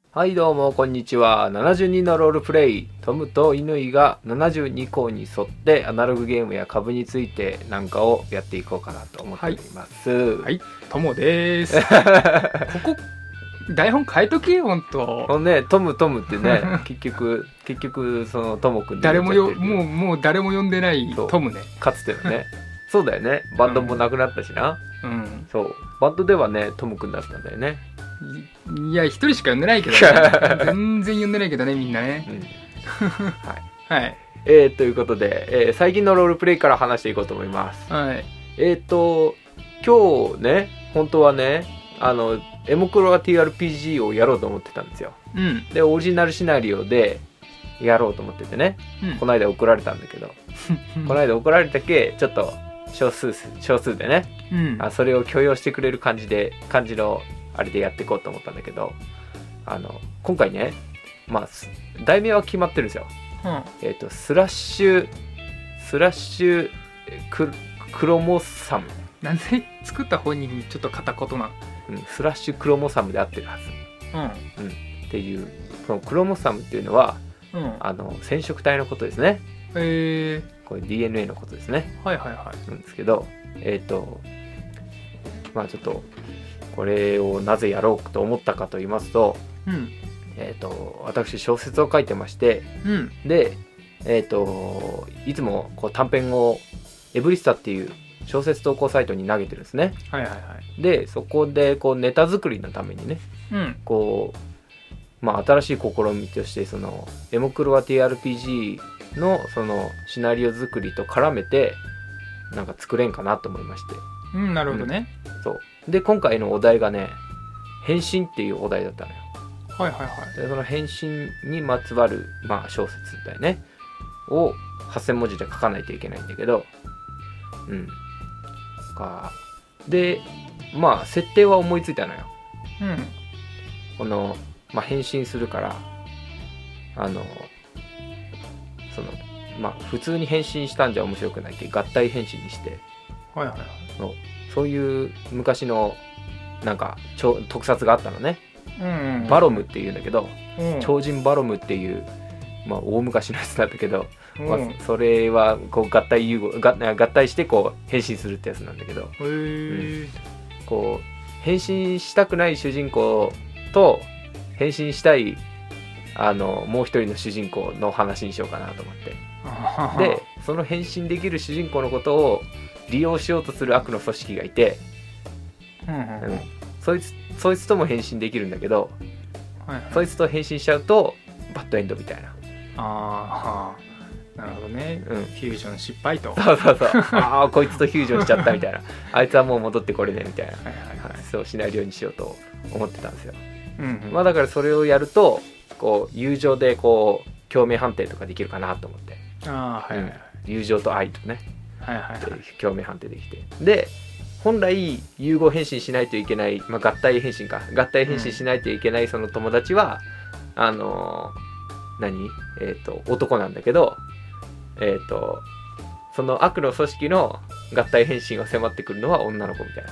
はいどうもこんにちは。72のロールプレイ、トムと乾が72項に沿ってアナログゲームや株についてなんかをやっていこうかなと思っております。 はい、トモですここ台本変えとけよ、ほんと。 このね、トムってね結局そのトモくん誰ももう誰も呼んでないトムね。 かつてのねそうだよね、バンドもなくなったしな。そうバンドではねトムくんだったんだよね。 いや、一人しか呼んでないけどね全然呼んでないけどね、みんなね、はい、 ということで、最近のロールプレイから話していこうと思います。 はい。 今日ね、本当はね、エモクロが TRPG をやろうと思ってたんですよ。でオリジナルシナリオでやろうと思っててね、この間送られたんだけどこの間送られたけちょっと少数でね、それを許容してくれる感じのあれでやっていこうと思ったんだけど、今回ね、まあ題名は決まってるんですよ。スラッシュクロモサム。 なんで作った本人にちょっと片言な、 スラッシュクロモサムで合ってるはず。っていう、そのクロモサムっていうのは、染色体のことですね。これ DNA のことですね。なんですけど、まあちょっとこれをなぜやろうと思ったかと言いますと、私小説を書いてまして、でいつもこう短編をエブリスタっていう小説投稿サイトに投げてるんですね。でそこでこうネタ作りのためにね、こうまあ新しい試みとしてそのエモクロワ TRPG のそのシナリオ作りと絡めてなんか作れんかなと思いまして。 なるほどね。 そうで今回のお題がね、変身っていうお題だったのよ。でその変身にまつわる、まあ、小説だよねを8000文字で書かないといけないんだけど、でまあ設定は思いついたのよ。この、まあ、変身するからそのまあ普通に変身したんじゃ面白くないけど合体変身にして、そういう昔のなんか特撮があったのね。バロムっていうんだけど、超人バロムっていう、まあ、大昔のやつなんだけど、それはこう合体してこう変身するってやつなんだけど、こう変身したくない主人公と変身したいもう一人の主人公の話にしようかなと思って。でその変身できる主人公のことを利用しようとする悪の組織がいて、そいつとも変身できるんだけど、そいつと変身しちゃうとバッドエンドみたいな。 なるほどね。フュージョン失敗と。 そうこいつとフュージョンしちゃったみたいなあいつはもう戻ってこれねみたいな、そうシナリオにしようと思ってたんですよ。まあだからそれをやるとこう友情でこう共鳴判定とかできるかなと思って。友情と愛とね、共鳴判定できて、で本来融合変身しないといけない、合体変身しないといけないその友達は男なんだけど、その悪の組織の合体変身を迫ってくるのは女の子みたい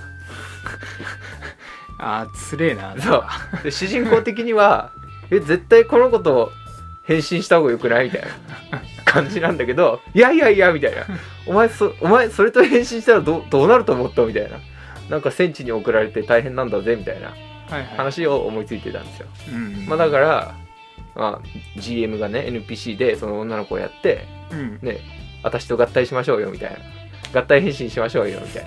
な。 つれえな。 そうで主人公的には絶対この子と変身した方がよくないみたいな感じなんだけど、いやみたいな、お前それと変身したらどうなると思ったみたいな、なんか戦地に送られて大変なんだぜみたいな話を思いついてたんですよ。まあだから、GM がね NPC でその女の子をやって、ね、私と合体しましょうよみたいな、合体変身しましょうよみたい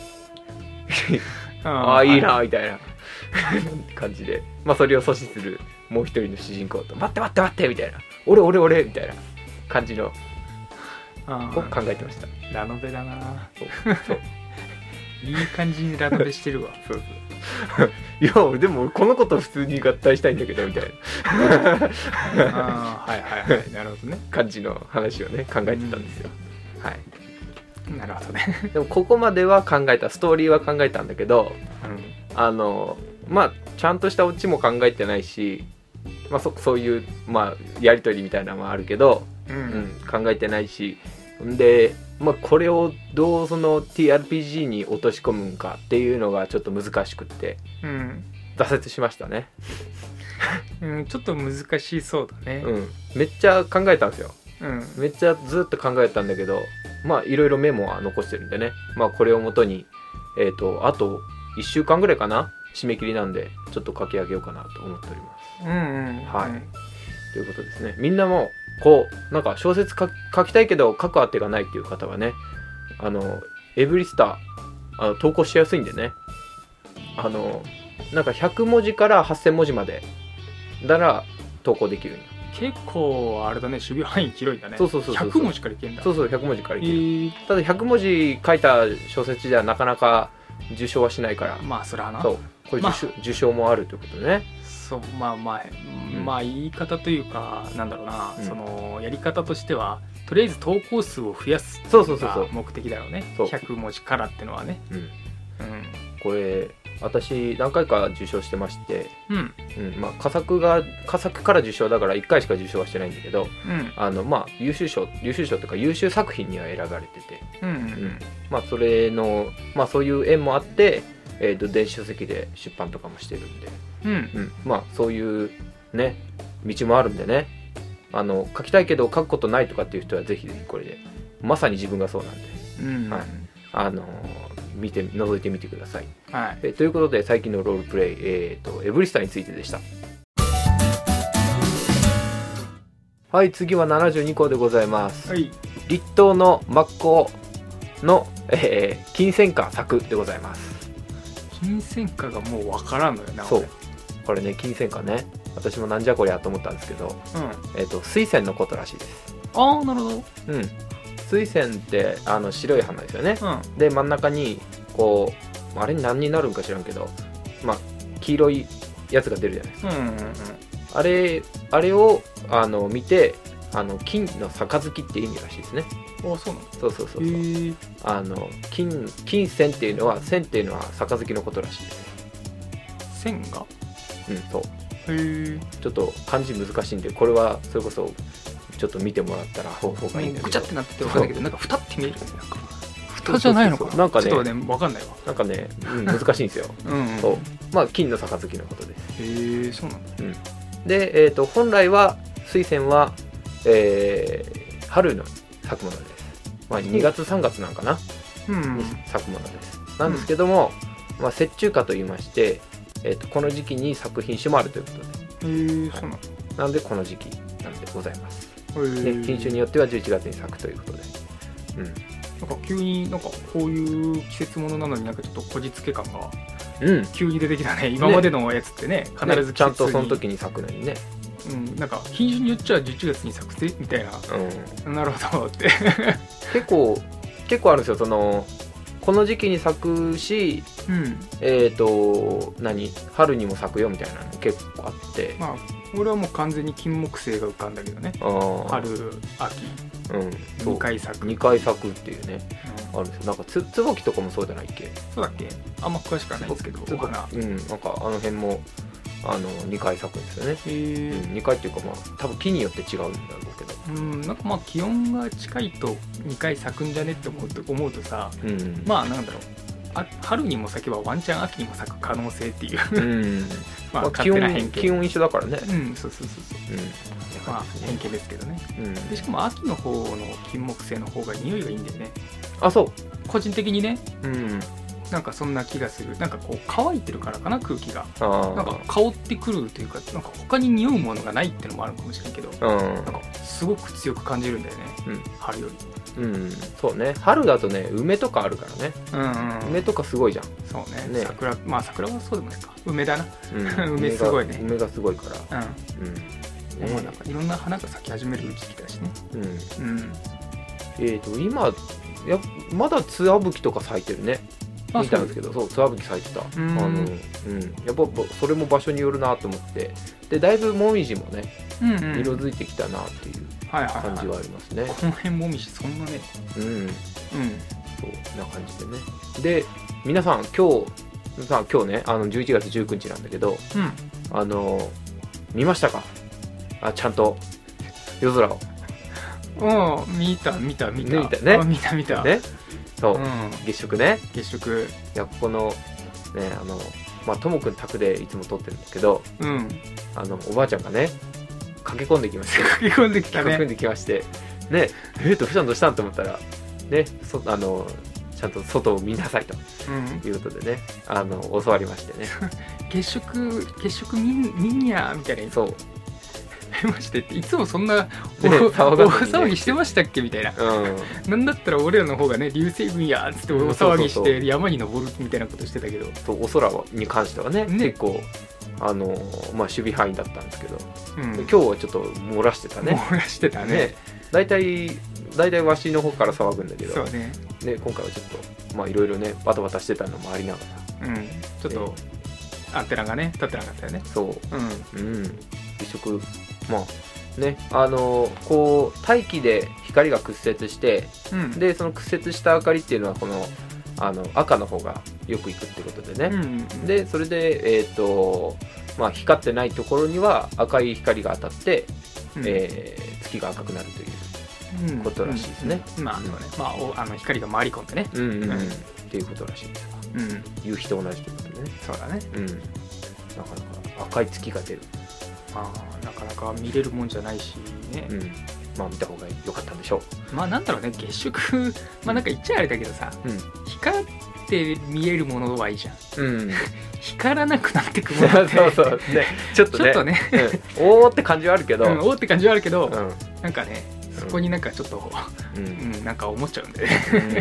ないいなみたいな感じで、それを阻止するもう一人の主人公と待ってみたいな、俺みたいな感じのを考えてました。 ラノベだな。そういい感じにラノベしてるわ。 いやでもこの子と普通に合体したいんだけどみたいななるほどね、 感じの話をね考えてたんですよ。 なるほどね。 でもここまでは考えた、ストーリーは考えたんだけど、ちゃんとしたオチも考えてないし、そういう、やり取りみたいなのもあるけど、考えてないし、で、これをどうその TRPG に落とし込むんかっていうのがちょっと難しくって、挫折しましたね。 ちょっと難しそうだね。 めっちゃ考えたんですよ。めっちゃずっと考えたんだけど、まあいろいろメモは残してるんでね、まあこれをもとにあと1週間ぐらいかな、締め切りなんでちょっと書き上げようかなと思っております。はい。ということですね。みんなもこうなんか小説書きたいけど書く当てがないっていう方はね、エブリスタ投稿しやすいんでね、なんか100文字から8000文字までなら投稿できるんよ。 結構あれだね、守備範囲広いんだね。そう100文字からいけんだ。 そう100文字からいける。ただ100文字書いた小説じゃなかなか受賞はしないから。 まあそれはな。 そうこれ受賞もあるということでね。 そうまあ言い方というかなんだろうな、そのやり方としてはとりあえず投稿数を増やすのが目的だろうね。100文字からってのはね。 これ私何回か受賞してまして、まあ佳作から受賞だから1回しか受賞はしてないんだけど、まあ優秀賞というか優秀作品には選ばれてて、まあそれのまあそういう縁もあって、電子書籍で出版とかもしてるんで、まあそういうね道もあるんでね、書きたいけど書くことないとかっていう人はぜひこれでまさに自分がそうなんで、覗いてみてください。ということで最近のロールプレイ、エブリスタについてでした。はい、次は72項でございます。立冬の真っ向の、金銭花作でございます。 金銭花がもう分からんのよな。 そうこれね、金銭花ね、私もなんじゃこりゃと思ったんですけど、水仙のことらしいです。 ああ、なるほど。 水仙って白い花ですよね。で真ん中にこうあれ何になるんか知らんけど、まあ黄色いやつが出るじゃないですか。あれを見て金の杯って意味らしいですね。 あ、そうなんだ。 そう金銭っていうのは銭っていうのは杯のことらしいです。 銭が？ そう。ちょっと漢字難しいんで、これはそれこそちょっと見てもらったら方がいいんだけど、 ぐちゃってなってて分かんないけど、なんか蓋って見えるよね。なんか蓋じゃないのかな。 なんかね、 ちょっとね分かんないわ。 なんかね、難しいんですよ。そうまあ金の杯のことです。 へえ、そうなんだ。 で本来は水仙は春の咲くものです。まあ2月3月なんかな、に咲くものです。なんですけども、まあ折衷花と言いまして、この時期に咲く品種もあるということで。 そうなんだ。 なのでこの時期なんでございます。で品種によっては11月に咲くということで、 なんか急になんかこういう季節ものなのになんかちょっとこじつけ感が急に出てきたね。今までのやつってね、必ず季節にちゃんとその時に咲くのにね、 なんか品種によっちゃ11月に咲くぜみたいな、なるほどって結構あるんですよ。この時期に咲くし、春にも咲くよみたいなの結構あって、 まあ俺はもう完全に金木犀が浮かんだけどね。春秋2回咲くっていうね、あるんですよ。なんか椿とかもそうじゃないっけ？ そうだっけ？あんま詳しくはないですけど、 なんか辺も2回咲くんですよね。2回っていうか、まあ多分木によって違うんだろうけど、 なんかまあ気温が近いと2回咲くんじゃねって思うとさ、まあなんだろう、春にも咲けばワンチャン秋にも咲く可能性っていうまあ勝手な偏見。 気温一緒だからね。 そうまあ偏見ですけどね。でしかも秋の方の金木犀の方が匂いがいいんだよね。 あ、そう。 個人的にね。なんかそんな気がする。なんかこう乾いてるからかな、空気が。なんか香ってくるというか、なんか他に匂うものがないってのもあるかもしれんけど、なんかすごく強く感じるんだよね、春より。 そうね。春だとね、梅とかあるからね。梅とかすごいじゃん。 そうね。桜はそうでもないか。梅だな。梅すごいね。 梅がすごいから。 なんかいろんな花が咲き始める時期だしね。 今まだツワブキとか咲いてるね。見たんですけど、そうツワブキ咲いてた。やっぱそれも場所によるなと思って、でだいぶモミジもね、色づいてきたなっていう感じはありますね。 この辺モミジそんなね。 そうな感じでね。で皆さん今日ね、11月19日なんだけど、見ましたか？ちゃんと夜空を。 見たね。 そう、月食ね。 月食。 いや、ここのね、 ともくん宅でいつも撮ってるんだけど、 うん、 おばあちゃんがね駆け込んできまして駆け込んできたね駆け込んできましてね、どうしたんと思ったらね、ちゃんと外を見なさいということでね、教わりましてね月食見んやみたいな。 そうましてっていつもそんな大騒ぎしてましたっけみたいな、なんだったら俺らの方がね流星群やっつって大騒ぎして山に登るみたいなことしてたけど、 お空に関してはね結構守備範囲だったんですけど、今日はちょっと漏らしてたね。大体わしの方から騒ぐんだけど、 そうね、 今回はちょっといろいろねバタバタしてたのもありながら、 ちょっとアンテナがね立ってなかったよね。 そう月食こう大気で光が屈折して、でその屈折した明かりっていうのはこの赤の方がよくいくってことでね、でそれで光ってないところには赤い光が当たって、月が赤くなるということらしいですね。 光が回り込んでね、 っていうことらしいです。夕日と同じということでね。 そうだね。 なかなか赤い月が出る。 なかなか見れるもんじゃないしね。 見た方が良かったんでしょう。 なんだろうね、月食なんか言っちゃあれだけどさ、光って見えるものはいいじゃん。光らなくなってくものってそうね、ちょっとねおーって感じはあるけど、 なんかねそこになんかちょっとなんか思っちゃうんで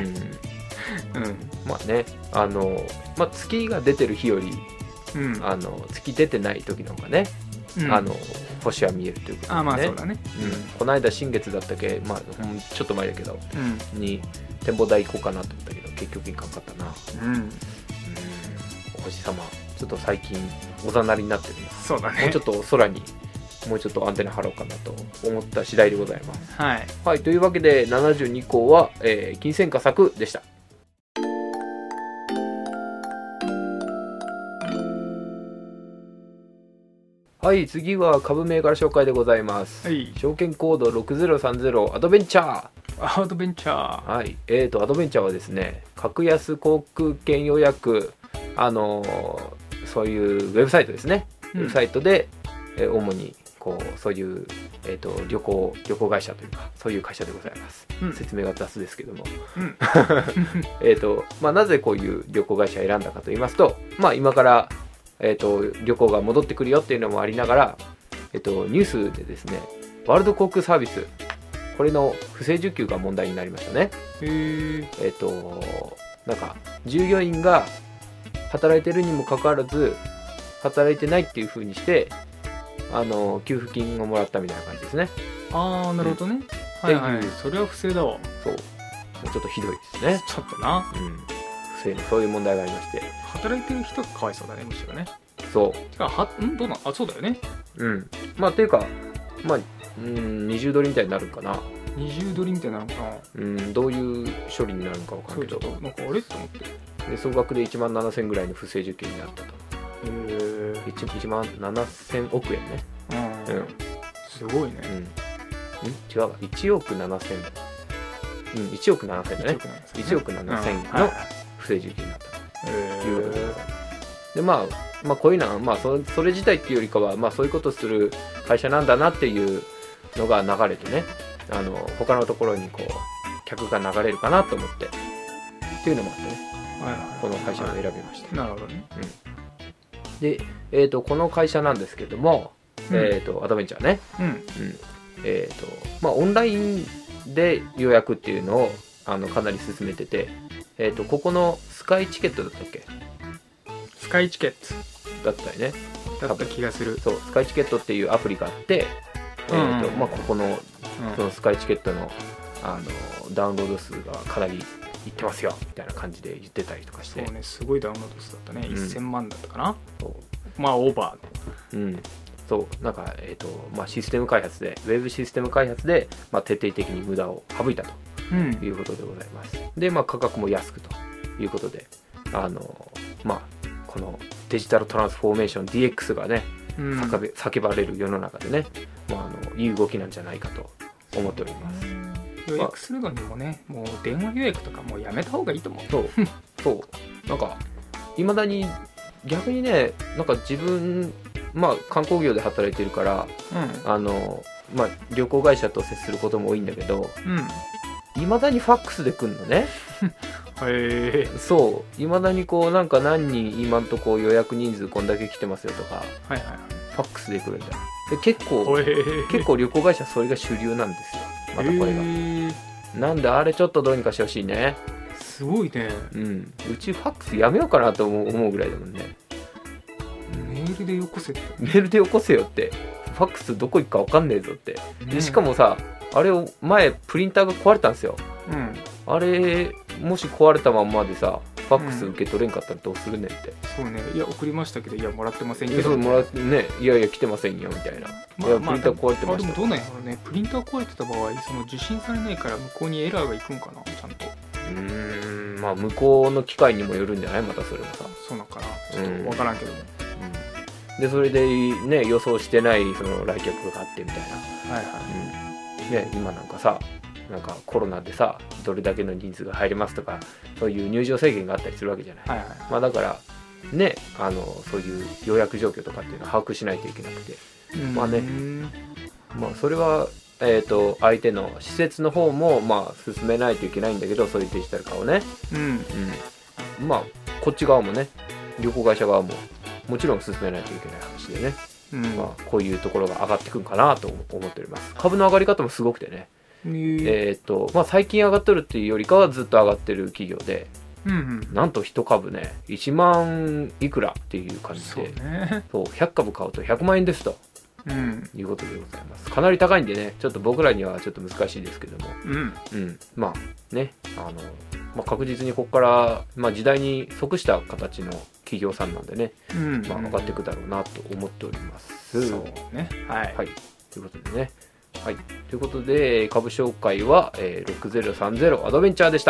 月が出てる日より月出てない時の方がね、星は見えるということでね。 そうだね。 この間新月だったっけ、ちょっと前だけど、に展望台行こうかなと思ったけど結局行かんかったな。お星様ちょっと最近おざなりになってるな。 そうだね。 もうちょっと空にもうちょっとアンテナ張ろうかなと思った次第でございます。はい、というわけで72項は、金銭価作でした。はい、次は株銘柄紹介でございます。証券コード6030アドベンチャー。 アドベンチャー。 はい、アドベンチャーはですね、格安航空券予約、そういうウェブサイトですね。ウェブサイトで、主にそういう、旅行会社というかそういう会社でございます。説明が雑ですけども、なぜこういう旅行会社を選んだかと言いますと、今から旅行が戻ってくるよっていうのもありながら、ニュースでですね、ワールド航空サービス、これの不正受給が問題になりましたね。なんか従業員が働いてるにもかかわらず働いてないっていう風にして給付金をもらったみたいな感じですね。 なるほどね。それは不正だわ。 そう、ちょっとひどいですね。 ちょっとな。 不正のそういう問題がありまして、 働いてる人がかわいそうだね、むしろね。 そう。 どうなん？そうだよね。 っていうか二重取りみたいになるかな。 二重取りみたいになるのかな。どういう処理になるのか分かんないけど、 なんかあれって思って。 で総額で1万7000ぐらいの不正受給になったと。1万7000億円ね。 すごいね。 違うわ、1億7000。1億7000だね。1億7000の不正受給になったということでございます。でこういうのはそれ自体っていうよりかはそういうことをする会社なんだなっていうのが流れてね、他のところに客が流れるかなと思ってっていうのもあってね、この会社を選びました。 なるほどね。 で、この会社なんですけども、アドベンチャーね、オンラインで予約っていうのをかなり進めてて、ここのスカイチケットだったっけ？ スカイチケットだったよね。 だった気がする。 そう、スカイチケットっていうアプリがあって、ここのそのスカイチケットのダウンロード数がかなりいってますよみたいな感じで言ってたりとかして。 そうね、すごいダウンロード数だったね。1000万だったかな。そう、オーバー。そうなんかシステム開発でウェブシステム開発で徹底的に無駄を省いたということでございます。で価格も安くということでこのデジタルトランスフォーメーション DX がね、叫ばれる世の中でね、いい動きなんじゃないかと思っております。 予約するのにもね、もう電話予約とかもうやめた方がいいと思う。 そうなんかいまだに逆にねなんか自分観光業で働いてるから、旅行会社と接することも多いんだけど、いまだにファックスで来るのねへえ。 そういまだにこうなんか何人今んとこ予約人数こんだけ来てますよとか、ファックスで来るんだよ。で結構旅行会社それが主流なんですよ。またこれがなんであれちょっとどうにかしてほしいね。 すごいね。 うちファックスやめようかなと思うぐらいだもんね。 メールでよこせって。 メールでよこせよって。ファックスどこ行くか分かんねえぞって。でしかもさあれを前プリンターが壊れたんですよ。あれもし壊れたまんまでさファックス受け取れんかったらどうするねんって。 そうね。いや送りましたけどいやもらってませんけど。 そうもらってねいや来てませんよみたいな。いやプリンター壊れてました。 でもどうなんやろうね。プリンター壊れてた場合その受信されないから向こうにエラーがいくんかなちゃんと。 向こうの機械にもよるんじゃないまたそれもさ。 そうなんかなちょっと分からんけども。 でそれでね予想してないその来客があってみたいな。今なんかさなんかコロナでさどれだけの人数が入りますとかそういう入場制限があったりするわけじゃない。だからねそういう予約状況とかっていうのを把握しないといけなくて、それは相手の施設の方も進めないといけないんだけどそういうデジタル化をね、こっち側もね旅行会社側ももちろん進めないといけない話でね、こういうところが上がってくるかなと思っております。株の上がり方もすごくてね、最近上がっとるっていうよりかはずっと上がってる企業で、なんと1株ね1万いくらっていう感じで、そう100株買うと100万円ですと、いうことでございます。かなり高いんでねちょっと僕らにはちょっと難しいですけども、確実にここから、時代に即した形の企業さんなんでね、上がっていくだろうなと思っております。 そうね。 ということでね。ということで株紹介は、6030アドベンチャーでした。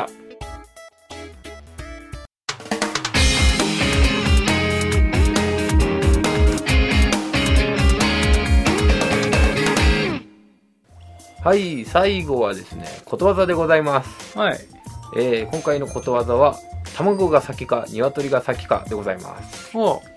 最後はですねことわざでございます。今回のことわざは卵が先か鶏が先かでございます。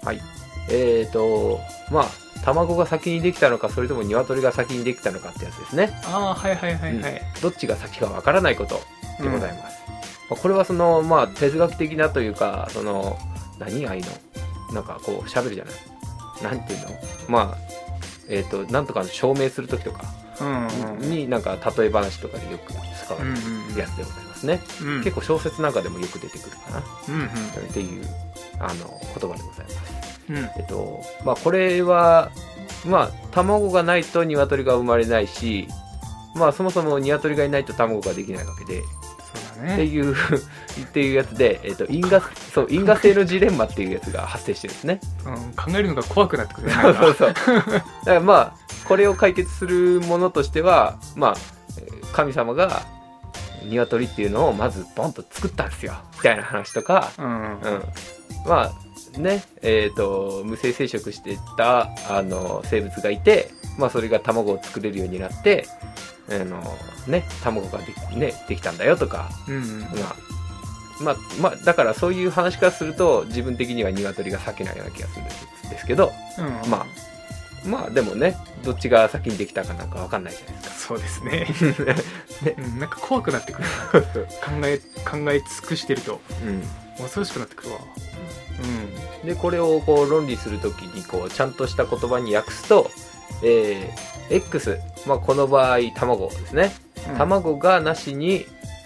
卵が先にできたのかそれとも鶏が先にできたのかってやつですね。どっちが先かわからないことでございます。これはその哲学的なというかその何あいのなんかこう喋るじゃないなんていうのなんとか証明するときとかになんか例え話とかでよく使われるやつでございますね。結構小説なんかでもよく出てくるかなっていう言葉でございます。これは卵がないと鶏が生まれないしそもそも鶏がいないと卵ができないわけでっていうやつで、因果性のジレンマっていうやつが発生してるんですね。 考えるのが怖くなってくる。 そうだからこれを解決するものとしては神様が鶏っていうのをまずボンと作ったんですよみたいな話とか、無性生殖してた生物がいて、それが卵を作れるようになって卵ができたんだよとか、だからそういう話からすると自分的には鶏が先なような気がするんですけど、でもねどっちが先にできたかなんか分かんないじゃないですか。 そうですね。なんか怖くなってくる。考え尽くしてると恐ろしくなってくるわ。 でこれをこう論理するときにこうちゃんとした言葉に訳すと、X、この場合卵ですね。卵がなしに、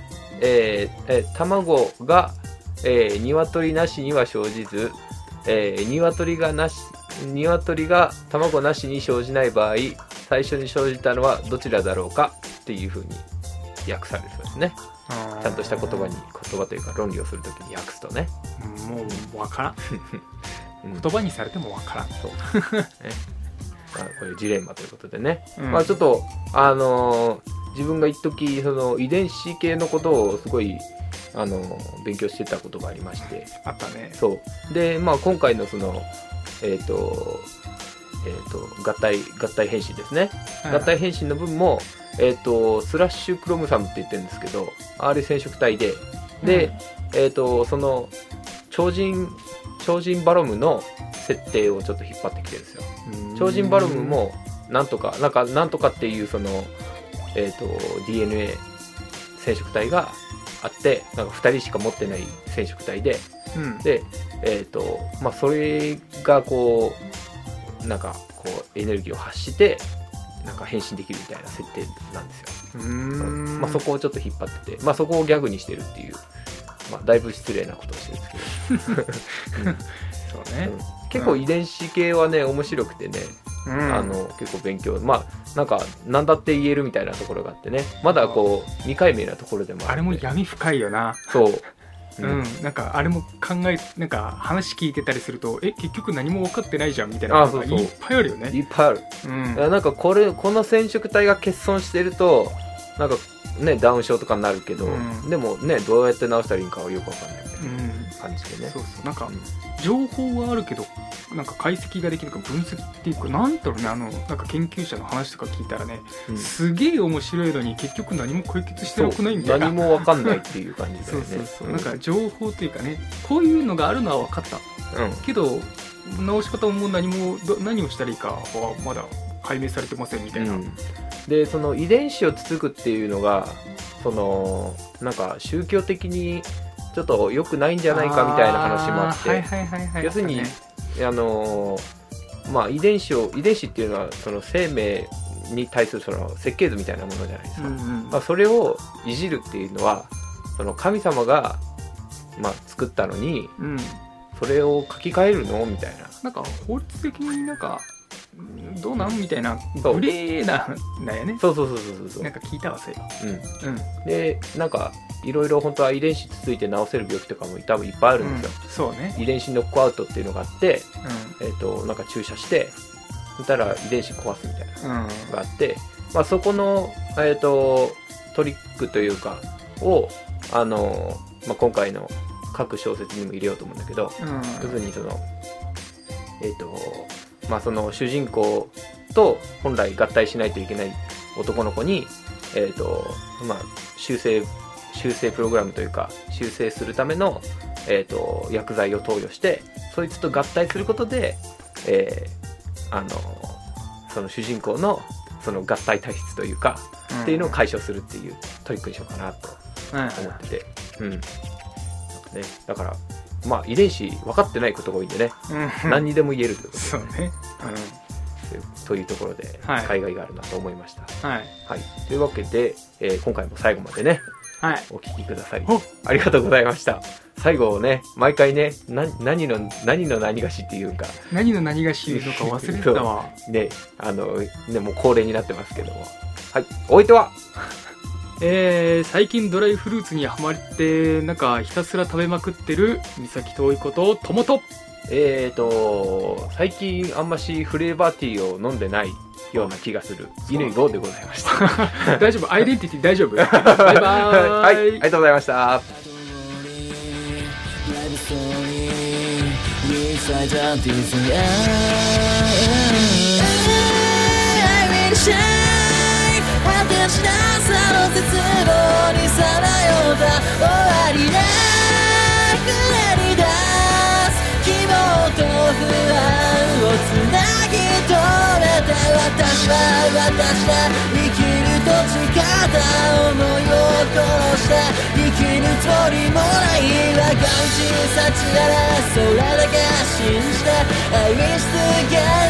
卵が、鶏なしには生じず、鶏が卵なしに生じない場合最初に生じたのはどちらだろうかっていうふうに訳されるそうですね。ちゃんとした言葉というか論理をするときに訳すとね、 もう分からん。言葉にされても分からん。 そうこれジレンマということでね、ちょっと自分が一時その遺伝子系のことをすごい勉強してたことがありまして。 あったね。 そうで今回のその合体変身ですね、合体変身の分もスラッシュクロムサムって言ってるんですけどあれ染色体で、その超人超人バロムの設定をちょっと引っ張ってきてるんですよ。超人バロムもなんとかっていうその、DNA 染色体があって、なんか2人しか持ってない染色体で、で、それがこうなんかこうエネルギーを発してなんか変身できるみたいな設定なんですよ。そこをちょっと引っ張ってて、そこをギャグにしてるっていう、だいぶ失礼なことをしてるんですけど、 そうね、 結構遺伝子系はね面白くてね、結構勉強、なんか何だって言えるみたいなところがあってね、まだこう未解明なところでもあれも闇深いよな。 そうなんかあれもなんか話聞いてたりすると結局何も分かってないじゃんみたいなのがいっぱいあるよね。 いっぱいある、なんかこの染色体が欠損してるとなんかねダウン症とかになるけど、でもねどうやって治したらいいかはよく分かんないみたいな感じでね。 なんか情報はあるけどなんか解析ができるか分析っていうかなんだろうね、なんか研究者の話とか聞いたらね、すげえ面白いのに結局何も解決してなくないみたいな、 何も分かんないっていう感じだよね。 なんか情報というかね、こういうのがあるのは分かった、けど直し方も何をしたらいいかはまだ解明されてませんみたいな、 でその遺伝子をつつくっていうのがそのなんか宗教的にちょっと良くないんじゃないかみたいな話もあって、要するに遺伝子っていうのはその生命に対するその設計図みたいなものじゃないですか、それをいじるっていうのはその神様が作ったのに、それを書き換えるのみたいな、 なんか法律的になんかどうなんみたいなグレーなんだよね。そうなんか聞いたわそれ。 でなんかいろいろ本当は遺伝子つついて治せる病気とかも多分いっぱいあるんですよ。 そうね。 遺伝子ノックアウトっていうのがあって、なんか注射してそしたら遺伝子壊すみたいなのがあって、そこのトリックというかを今回の各小説にも入れようと思うんだけど、要するにそのその主人公と本来合体しないといけない男の子に、修正プログラムというか修正するための、薬剤を投与してそいつと合体することで、その主人公のその合体体質というか、っていうのを解消するっていうトリックにしようかなと思ってて、だから遺伝子分かってないことが多いんでね、何にでも言えるということで、 そうね、 というところで海外があるなと思いました。というわけで、今回も最後までね、お聞きくださりありがとうございました。最後ね毎回ね何の何がしっていうか何の何がし言うのか忘れてたわねもう恒例になってますけども、お相手は最近ドライフルーツにハマってなんかひたすら食べまくってる三崎遠いことともと、 最近あんましフレーバーティーを飲んでないような気がする乾ゴーでございました大丈夫、アイデンティティ大丈夫バイバーイはい、ありがとうございました。 果てしなさの絶望にさまよった終わりなく繰り出す希望と不安をつなぎ止めて、私は私だ、生きると誓った想いを殺して生きるつもりもない若いうちに幸あれそれだけ信じて愛し続け